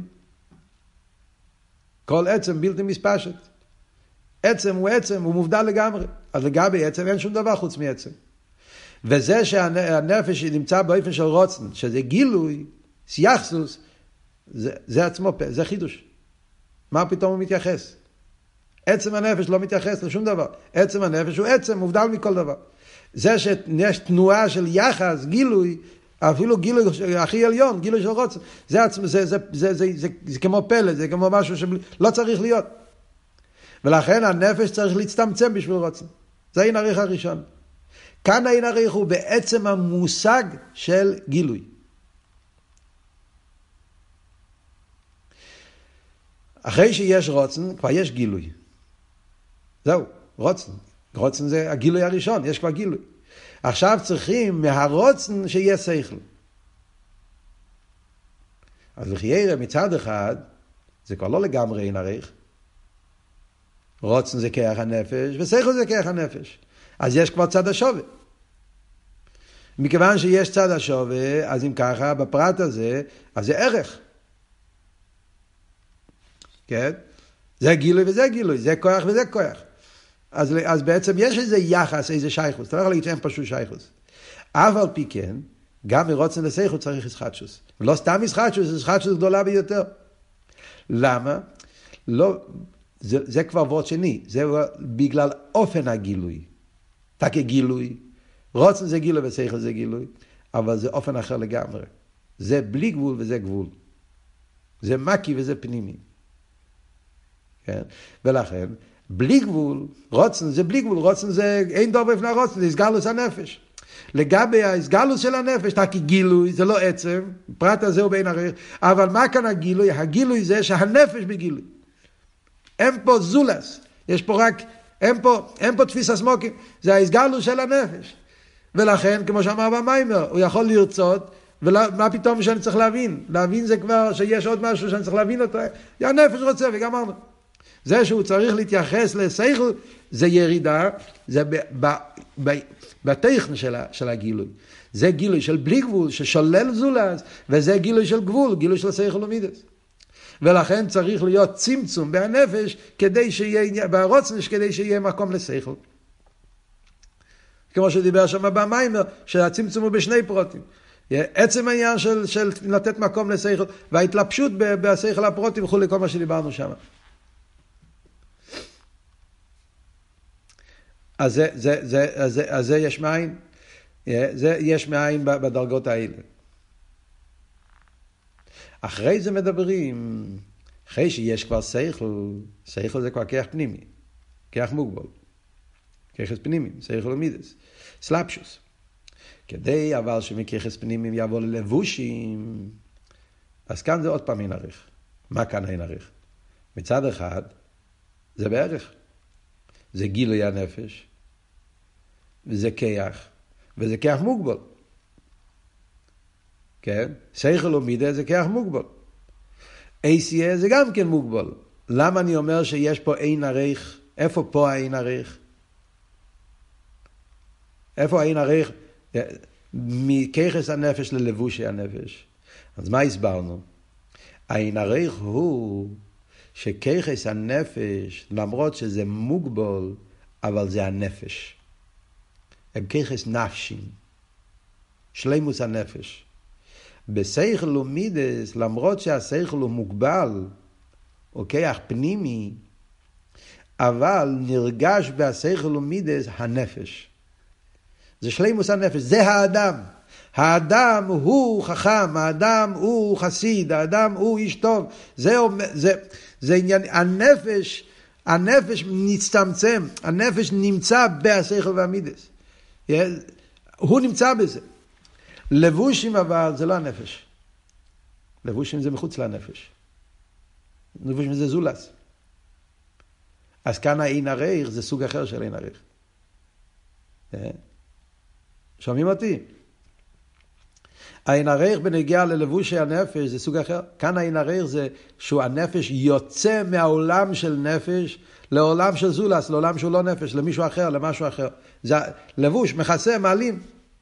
כל עצם בלתי מספשת. עצם הוא עצם, הוא מובדל לגמרי. אז לגבי עצם אין שום דבר חוץ מעצם. וזה שהנפש נמצא באופן של רוצן, שזה גילוי, סייחסוס, זה עצמו, זה חידוש. מה פתאום הוא מתייחס? עצם הנפש לא מתייחס לשום דבר. עצם הנפש הוא עצם, מובדל מכל דבר. זה שיש תנועה של יחס, גילוי, אפילו גילוי הכי עליון, גילוי של רוצן, זה כמו פלא, זה כמו משהו שלא צריך להיות. ולכן הנפש צריך להצטמצם בשביל רוצן. זה אין ערך הראשון. כאן אין ערך הוא בעצם המושג של גילוי. אחרי שיש רוצן, כבר יש גילוי. זהו, רוצן. רוצן זה הגילוי הראשון, יש כבר גילוי. עכשיו צריכים מהרוצן שיהיה שכל. אז לחיירה מצד אחד, זה כבר לא לגמרי אין ערך. רוצן זה כרך הנפש, ושכל זה כרך הנפש. אז יש כבר צד השווה. מכיוון שיש צד השווה, אז אם ככה, בפרט הזה, אז זה ערך. כן? זה גילוי וזה גילוי, זה כוח וזה כוח. אז בעצם יש איזה יחס, איזה שייכוס. אתה לא יכול להגיד שאין פשוט שייכוס. אף על פי כן, גם מרוצן לשייכות צריך ישחטשוס. לא סתם ישחטשוס, זה ישחטשוס גדולה ביותר. למה? לא, זה כבר וורט שני. זה בגלל אופן הגילוי. אתה כגילוי. רוצן זה גילוי ושייכות זה גילוי. אבל זה אופן אחר לגמרי. זה בלי גבול וזה גבול. זה מקי וזה פנימי. כן? ולכן, בלי גבול, רוצן זה בלי גבול, רוצן זה אין דור בפני רוצן, זה הסגלוס הנפש. לגבי ההסגלוס של הנפש, אתה כגילוי, זה לא עצם, פרט הזה הוא בין ערך, אבל מה כאן הגילוי? הגילוי זה שהנפש בגילוי. אין פה זולס, יש פה רק, אין פה תפיס הסמוקים, זה ההסגלוס של הנפש. ולכן, כמו שאמר במיימר, הוא יכול לרצות, ומה פתאום שאני צריך להבין? להבין זה כבר שיש עוד משהו שאני צריך להבין אותו. הנפש רוצה, וגמרנו. זה שהוא צריך להתייחס לשכל, זה ירידה, זה בטכן של הגילוי. זה גילוי של בלי גבול, ששולל זולז, וזה גילוי של גבול, גילוי של שכל ומידס. ולכן צריך להיות צמצום בנפש, כדי שיהיה, ברוצנש, כדי שיהיה מקום לשכל. כמו שדיבר שם במיימר, שהצמצום הוא בשני פרוטים. עצם העניין של לתת מקום לשכל, וההתלבשות בשכל הפרוטים וכו' כל מה שדיברנו שם. אז זה יש מאין, זה יש מאין בדרגות האלה. אחרי זה מדברים, אחרי שיש כבר שכל, שכל זה כבר כוח פנימי, כוח מוגבל, כוח פנימי, שכל ומידס, סלאפשוס. כדי אבל שמכיחס פנימיים יבוא ללבושים, אז כאן זה עוד פעם אין ערך. מה כאן אין ערך? מצד אחד, זה בערך. זה גילוי הנפש, וזה כיח, וזה כיח מוגבל. כן? שכל ומידה זה כיח מוגבל. ACA זה גם כן מוגבל. למה אני אומר שיש פה אין ערך? איפה פה האין ערך? איפה האין ערך? מכיחס הנפש ללבושי הנפש. אז מה הסברנו? האין ערך הוא שכיחס הנפש, למרות שזה מוגבל, אבל זה הנפש. הם כיחס נפשים. שלימוס הנפש. בשכל ומידס, למרות שהשכל הוא מוגבל, או כיח פנימי, אבל נרגש בשכל ומידס הנפש. זה שלימוס הנפש, זה האדם. האדם הוא חכם, האדם הוא חסיד, האדם הוא איש טוב. זה עניין, הנפש נצטמצם, הנפש נמצא בשכל והמידס. הוא נמצא בזה. לבושים אבל זה לא הנפש. לבושים זה מחוץ לנפש. לבושים זה זולס. אז כאן האין ערך זה סוג אחר של אין ערך. שומעים אותי? האין ערך בנגיע ללבושי הנפש זה סוג אחר. כאן האין ערך זה שהוא הנפש יוצא מהעולם של נפש לעולם של זולס, לעולם שהוא לא נפש, למישהו אחר, למשהו אחר. זה לבוש, מכסה, מעלים.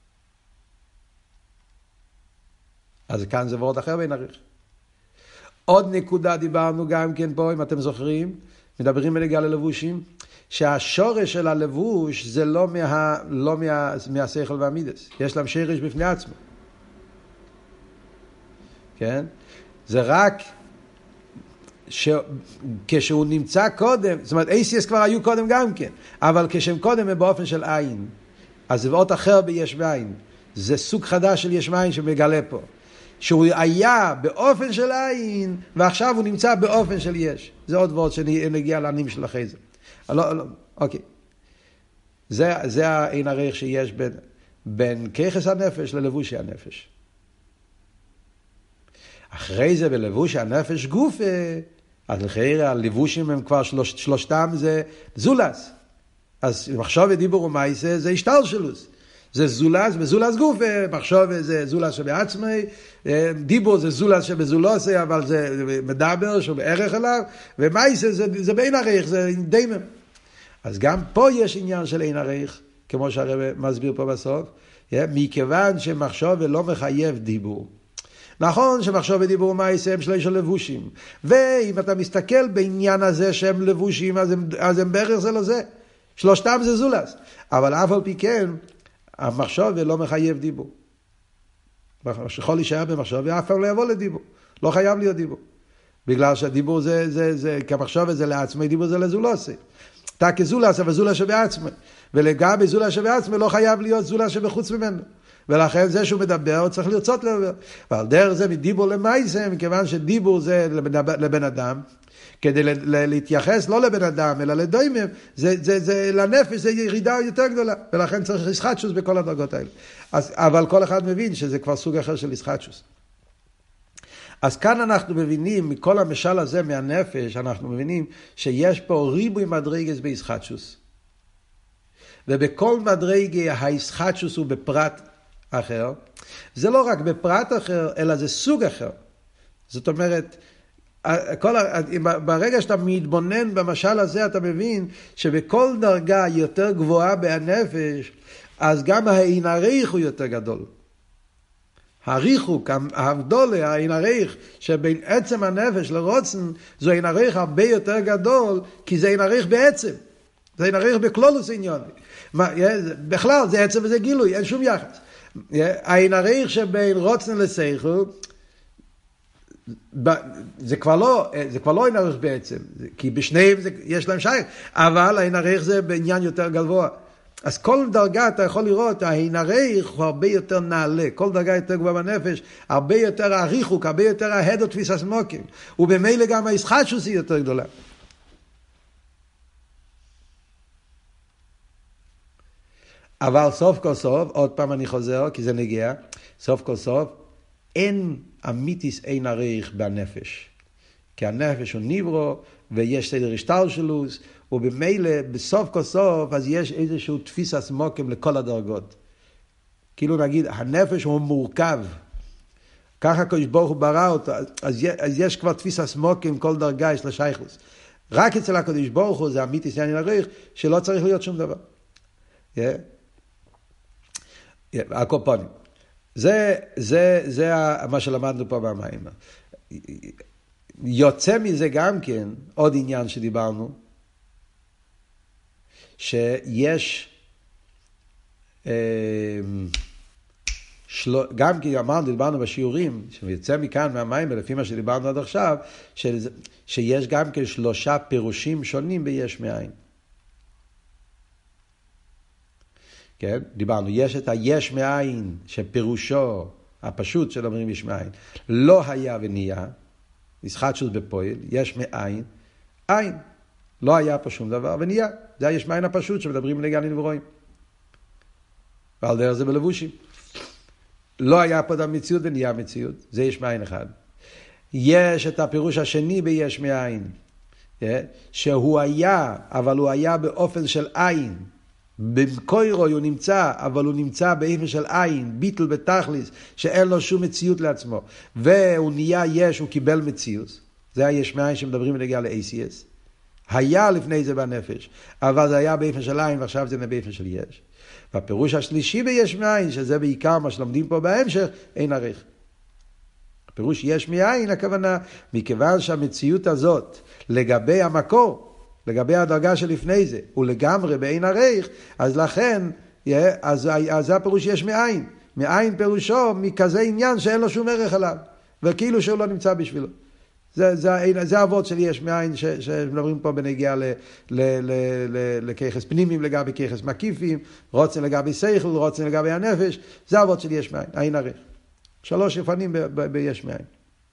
אז כאן זה ורד אחר באין ערך. עוד נקודה דיברנו גם כן פה, אם אתם זוכרים, מדברים בנגיע ללבושים, שהשורש של הלבוש זה לא מהשכל והמידס. יש להם שרש בפני עצמו. כן? זה רק כשהוא נמצא קודם, זאת אומרת, ACS כבר היו קודם גם כן, אבל כשהם קודם הם באופן של עין. אז זה עוד אחר ביש מאין. זה סוג חדש של יש מאין שמגלה פה. שהוא היה באופן של עין, ועכשיו הוא נמצא באופן של יש. זה עוד ועוד שנגיע לענים של אחרי זה. אוקיי. זה האין ערך שיש בין כיחס הנפש ללבושי הנפש. אחרי זה בלבושי הנפש גוף, אז לכאורה הלבושים הם כבר שלושתם זה זולס. אז מחשוב ודיבור ומעשה זה השתלשלוס. זה זולס, וזולס גוף, מחשוב זה זולס שבעצמי, דיבור זה זולס שבזולוסי, אבל זה מדבר שהוא בערך אליו, ומעשה זה בין ערך, זה דיימם. אז גם פה יש עניין של אין ערך, כמו שהרב מסביר פה בסוף, מכיוון שמחשוב ולא מחייב דיבור. נכון שמחשוב ודיבור ומעשה הם שלושה לבושים, ואם אתה מסתכל בעניין הזה שהם לבושים, אז הם בערך זה לא זה. שלושתם זה זולס. אבל אף על פי כן, המחשוב ולא מחייב דיבור. יכול להישאר במחשוב ואף פעם לא יבוא לדיבור. לא חייב להיות דיבור. בגלל שהדיבור זה כמחשוב זה לעצמי, דיבור זה לזולוסי. אתה כזולס, אבל זולס שבעצמי. ולגבי זולס שבעצמי לא חייב להיות זולס שבחוץ ממנו. ולכן זה שהוא מדבר, הוא צריך לרצות לדבר. ועל דרך זה מדיבור למעשה, מכיוון שדיבור זה לבן אדם, כדי להתייחס לא לבן אדם, אלא לדיימם, זה לנפש, זה ירידה יותר גדולה. ולכן צריך ישחטשוס בכל הדרגות האלה. אבל כל אחד מבין שזה כבר סוג אחר של ישחטשוס. אז כאן אנחנו מבינים, מכל המשל הזה מהנפש, אנחנו מבינים שיש פה ריבוי מדרגס בישחטשוס. ובכל מדרגה הישחטשוס הוא בפרט אחר. זה לא רק בפרט אחר, אלא זה סוג אחר. זאת אומרת, ברגע שאתה מתבונן במשל הזה, אתה מבין שבכל דרגה יותר גבוהה בנפש, אז גם העין הריח הוא יותר גדול. הריחוק, ההבדולה, העין הריח, שבין עצם הנפש לרוצן, זו עין הריח הרבה יותר גדול, כי זה עין הריח בעצם. זה עין הריח בכלולוס עניון. בכלל, זה עצם וזה גילוי, אין שום יחס. העין הריח שבין רוצן לסייכו, זה כבר לא עין הריח בעצם, כי בשניהם יש להם שייך, אבל העין הריח זה בעניין יותר גבוה. אז כל דרגה אתה יכול לראות, העין הריח הוא הרבה יותר נעלה, כל דרגה יותר גבוהה בנפש, הרבה יותר הריחוק, הרבה יותר ההד ותפיס הסמוקים, ובמילא גם הישחטשוס היא יותר גדולה. אבל סוף כל סוף, עוד פעם אני חוזר, כי זה נגיע, סוף כל סוף, אין אמיתיס עין הריח בנפש. כי הנפש הוא נברו, ויש סדר השתלשלות, ובמילא בסוף כל סוף, אז יש איזשהו תפיס הסמוקים לכל הדרגות. כאילו נגיד, הנפש הוא מורכב. ככה הקדוש ברוך הוא ברא אותו, אז יש כבר תפיס הסמוקים, כל דרגה יש לשייכוס. רק אצל הקדוש ברוך הוא, זה אמיתיס עין הריח, שלא צריך להיות שום דבר. הקופונים. זה מה שלמדנו פה במים. יוצא מזה גם כן, עוד עניין שדיברנו, שיש גם כי דיברנו בשיעורים, שיוצא מכאן מהמים, לפי מה שדיברנו עד עכשיו, שיש גם כן 3 פירושים שונים ביש מאין. כן? דיברנו, יש את היש מאין, שפירושו הפשוט של אומרים יש מאין, לא היה ונהיה, ישחטשוס בפועל, יש מאין, אין, לא היה פה שום דבר ונהיה, זה היש מאין הפשוט שמדברים לגנים ורואים. ועל דרך זה בלבושים. לא היה פה מציאות ונהיה מציאות, זה יש מאין אחד. יש את הפירוש השני ביש מאין, שהוא היה, אבל הוא היה באופן של עין, במקורו הוא נמצא, אבל הוא נמצא באופן של עין, ביטל בתכליס, שאין לו שום מציאות לעצמו. והוא נהיה יש, הוא קיבל מציאות. זה היש מאין שמדברים ונגיע ל-ACS. היה לפני זה בנפש, אבל זה היה באופן של עין, ועכשיו זה באופן של יש. והפירוש השלישי ביש מאין, שזה בעיקר מה שלומדים פה בהמשך, אין ערך. הפירוש יש מאין, הכוונה, מכיוון שהמציאות הזאת, לגבי המקור, לגבי הדרגה שלפני זה, הוא לגמרי בעין ערך, אז לכן, אז זה הפירוש יש מאין. מאין פירושו מכזה עניין שאין לו שום ערך עליו, וכאילו שהוא לא נמצא בשבילו. זה העבוד של יש מאין שמדברים פה בנגיעה לכיחס פנימיים לגבי כיחס מקיפים, רוצן לגבי שכל, רוצן לגבי הנפש, זה העבוד של יש מאין, עין ערך. 3 אופנים ביש מאין.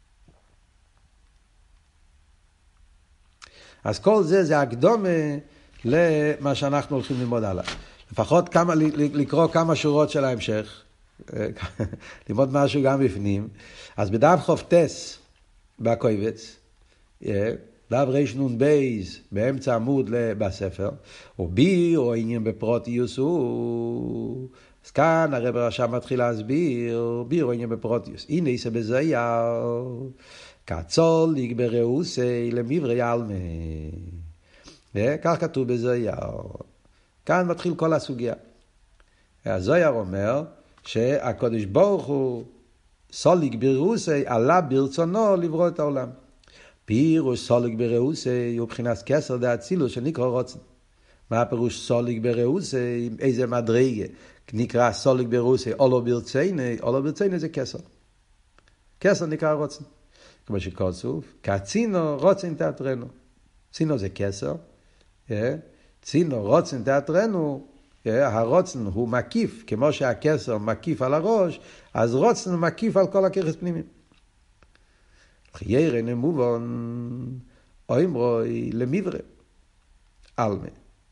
אז כל זה הקדומה למה שאנחנו הולכים ללמוד עליו. לפחות לקרוא כמה שורות של ההמשך, ללמוד משהו גם בפנים. אז בדף חופטס בקויבץ, דף רשנון בייז, באמצע עמוד בספר, וביר או עניין בפרוטיוס הוא, אז כאן הרב רש"ם מתחיל להסביר, ביר או עניין בפרוטיוס. הנה זה בזייר, קצול יגברעוסי למברי אלמה. כך כתוב בזייר. כאן מתחיל כל הסוגיה. הזייר אומר שהקדוש ברוך הוא סוליק ברעוסי עלה ברצונו לברוא את העולם. פירוש סוליק ברעוסי הוא בחינת כסר דאצילוס שנקרא רוצן. מה הפירוש סוליק ברעוסי? איזה מדרגה נקרא סוליק ברעוסי? אולו ברצייני זה כסר. כסר נקרא רוצן. כמו שכתוב, כצינו רוצן תיאטרנו. צינו זה כסר. צינו רוצן תיאטרנו, הרוצן הוא מקיף, כמו שהכסר מקיף על הראש, אז רוצן מקיף על כל הכיחס פנימיים. חיירה נמובן, אוימרוי למברה, אלמה.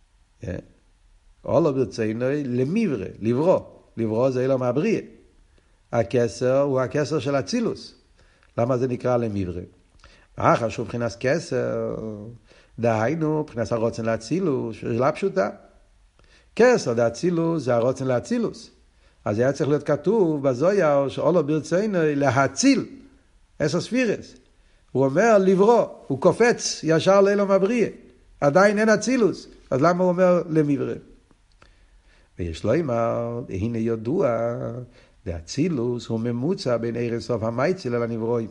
אולו ברציינו למברה, לברוא זה אלו מהבריא. הכסר הוא הכסר של אצילוס. למה זה נקרא למברה? חשוב מבחינת כסר, דהיינו, מבחינת הרוצן לאצילוס, שאלה פשוטה. כסר דאצילוס זה הרוצן לאצילוס. אז היה צריך להיות כתוב בזויה, שאולו ברציינו להציל 10 ספירס. הוא אומר לברוא, הוא קופץ ישר לאילום הבריאה. עדיין אין אצילוס, אז למה הוא אומר למברא? ויש לו אמר, הנה ידוע, והאצילוס הוא ממוצע בין ערן סוף המייציל אל הנברואים.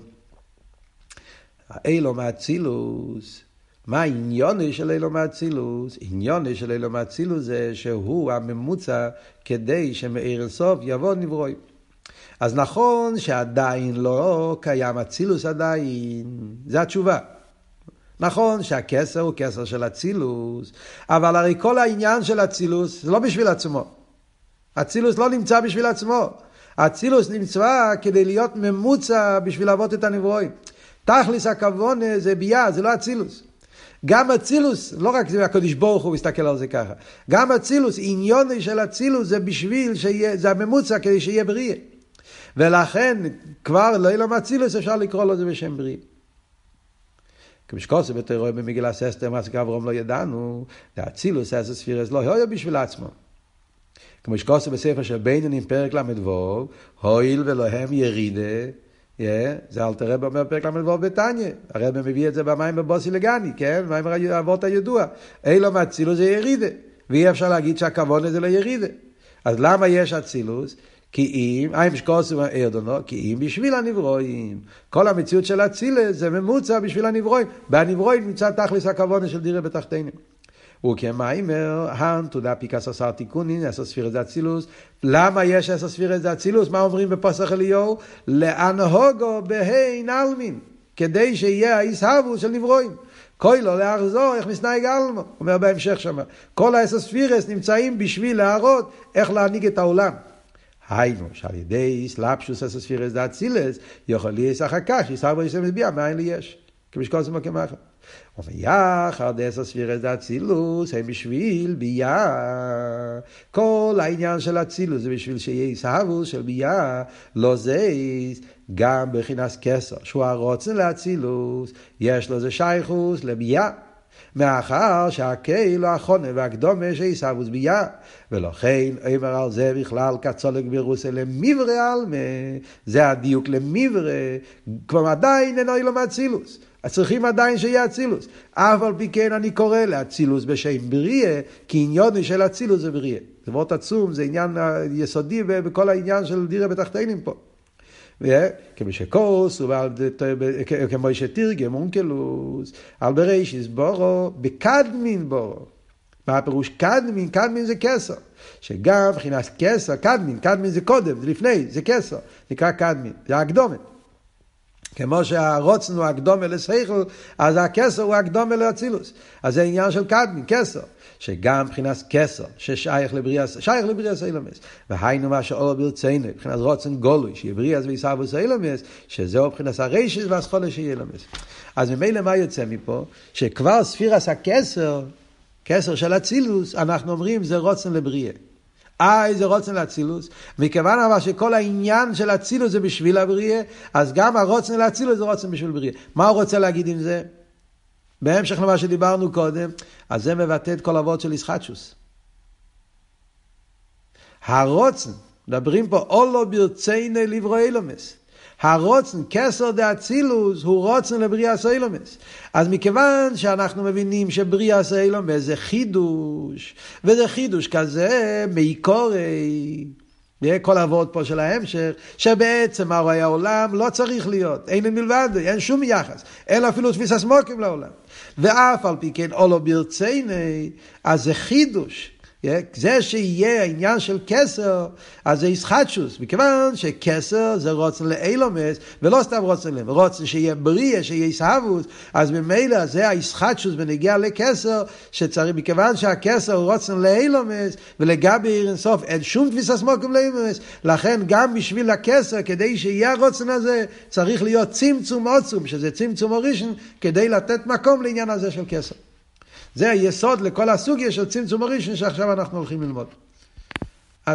האילום האצילוס, מה העניון של אילום האצילוס? עניון של אילום האצילוס זה שהוא הממוצע כדי שמערן סוף יבוא נברואים. אז נכון שעדיין לא קיים אצילוס עדיין, זה התשובה. נכון שהכסר הוא כסר של אצילוס, אבל הרי כל העניין של אצילוס זה לא בשביל עצמו. אצילוס לא נמצא בשביל עצמו. אצילוס נמצא כדי להיות ממוצע בשביל לעבוד את הנברואים. תכלס הכוון זה ביה, זה לא אצילוס. גם אצילוס, לא רק זה הקדוש ברוך הוא מסתכל על זה ככה. גם אצילוס, עניון של אצילוס זה בשביל שיהיה, זה הממוצע כדי שיהיה בריאה. ולכן כבר לאילום אצילוס אפשר לקרוא לו זה בשם בריאה. כמו שקוראים בתורה במגילת אסתר, מה שכבר אברהם לא ידענו, האצילוס אסתר ספירס לא היה בשביל עצמו. כמו שקוראים בספר של בינונים פרק למדבור, הויל ולהם ירידה, זה אלתר רב אומר פרק למדבור בתניא, הרב מביא את זה במים בבוסי לגני, כן? מים האבות הידוע, אילום אצילוס זה ירידה, ואי אפשר להגיד שהכוון זה לא ירידה. אז למה יש אצילוס? כי אם בשביל הנברואים, כל המציאות של אצילס זה ממוצע בשביל הנברואים, בהנברואים נמצא תכלס הכוונה של דירה בתחתינים. וכמיימר, תודה פיקס עשר תיקונים, עשר ספירס זה אצילוס. למה יש עשר ספירס זה אצילוס? מה אומרים בפסח אליהו? להנהוגו בהין אלמין, כדי שיהיה ההסהבוס של נברואים. כל לא להחזור, איך מסנהג אלמו, אומר בהמשך שמה. כל העשר ספירס נמצאים בשביל להראות איך להנהיג את העולם. היינו, שעל ידי סלאפשוס עשר ספירס דה אצילס, יכול להיות אחר כך, שיסהבו יסם לביאה, מאין לי יש? כמשקול זה מוקם אחר. ומיחד עשר ספירס דה אצילוס, הם בשביל ביאה. כל העניין של אצילוס זה בשביל שיהיה יסהבו של ביאה, לא זה, גם בחינס כסר, שהוא הרוצן לאצילוס, יש לו זה שייכוס לביאה. מאחר שהקהל האחרונה והקדומה שיסבוס ביה, ולכן אומר על זה בכלל כצולק בירוס למברה אלמה, זה הדיוק למברה, כבר עדיין אין אילום אצילוס, צריכים עדיין שיהיה אצילוס, אבל פי כן אני קורא לאצילוס בשם בריאה, כי עניון של אצילוס זה בריאה. זה מאוד עצום, זה עניין יסודי בכל העניין של דירה בתחתינים פה. כמו שקוס, כמו שתרגם אונקלוס, על בראשיס בורו, בקדמין בורו. מה הפירוש קדמין? קדמין זה כסר. שגם מבחינת כסר, קדמין זה קודם, זה לפני, זה כסר. נקרא קדמין, זה הקדומה. כמו שהרוצן הוא הקדומה לשכל, אז הכסר הוא הקדומה לאצילוס. אז זה עניין של קדמין, כסר. שגם מבחינת כסר, ששייך לבריאס, שייך לבריאס אילומס. והיינו מה שאולו ברצינו, מבחינת רוצן גולוי, שיהיה בריאס ויסהבוס אילומס, שזהו מבחינת הרשש והסחולה שיהיה אילומס. אז ממילא מה יוצא מפה? שכבר ספירס הכסר, כסר של אצילוס, אנחנו אומרים זה רוצן לבריאה. זה רוצן לאצילוס. מכיוון אבל שכל העניין של אצילוס זה בשביל הבריאה, אז גם הרוצן לאצילוס זה רוצן בשביל בריאה. מה הוא רוצה להגיד עם זה? בהמשך למה שדיברנו קודם, אז זה מבטא את כל אבות של ישחטשוס. הרוצן, מדברים פה, אולו ברצינו לברוא אילומס. הרוצן, כסר דה אצילוס, הוא רוצן לבריאס אילומס. אז מכיוון שאנחנו מבינים שבריאס אילומס זה חידוש, וזה חידוש כזה מעיקורי, כל העבוד פה של ההמשך, שבעצם הרי העולם לא צריך להיות, אין מלבד, אין שום יחס, אין אפילו תפיסה סמוקים לעולם. ואף על פי כן, אולו ברציני, אז זה חידוש. זה שיהיה העניין של כסר, אז זה ישחטשוס, מכיוון שכסר זה רוצן לאילומס, ולא סתם רוצן להם, רוצן שיהיה בריאה, שיהיה ישהבוס, אז ממילא זה הישחטשוס בנגיע לכסר, שצריך, מכיוון שהכסר הוא רוצן לאילומס, ולגבי עיר סוף אין שום תפיסה סמוקים לאילומס, לכן גם בשביל הכסר, כדי שיהיה הרוצן הזה, צריך להיות צמצום עוצום, שזה צמצום הראשון, כדי לתת מקום לעניין הזה של כסר. זה היסוד לכל הסוגיה של צמצום הראשון שעכשיו אנחנו הולכים ללמוד.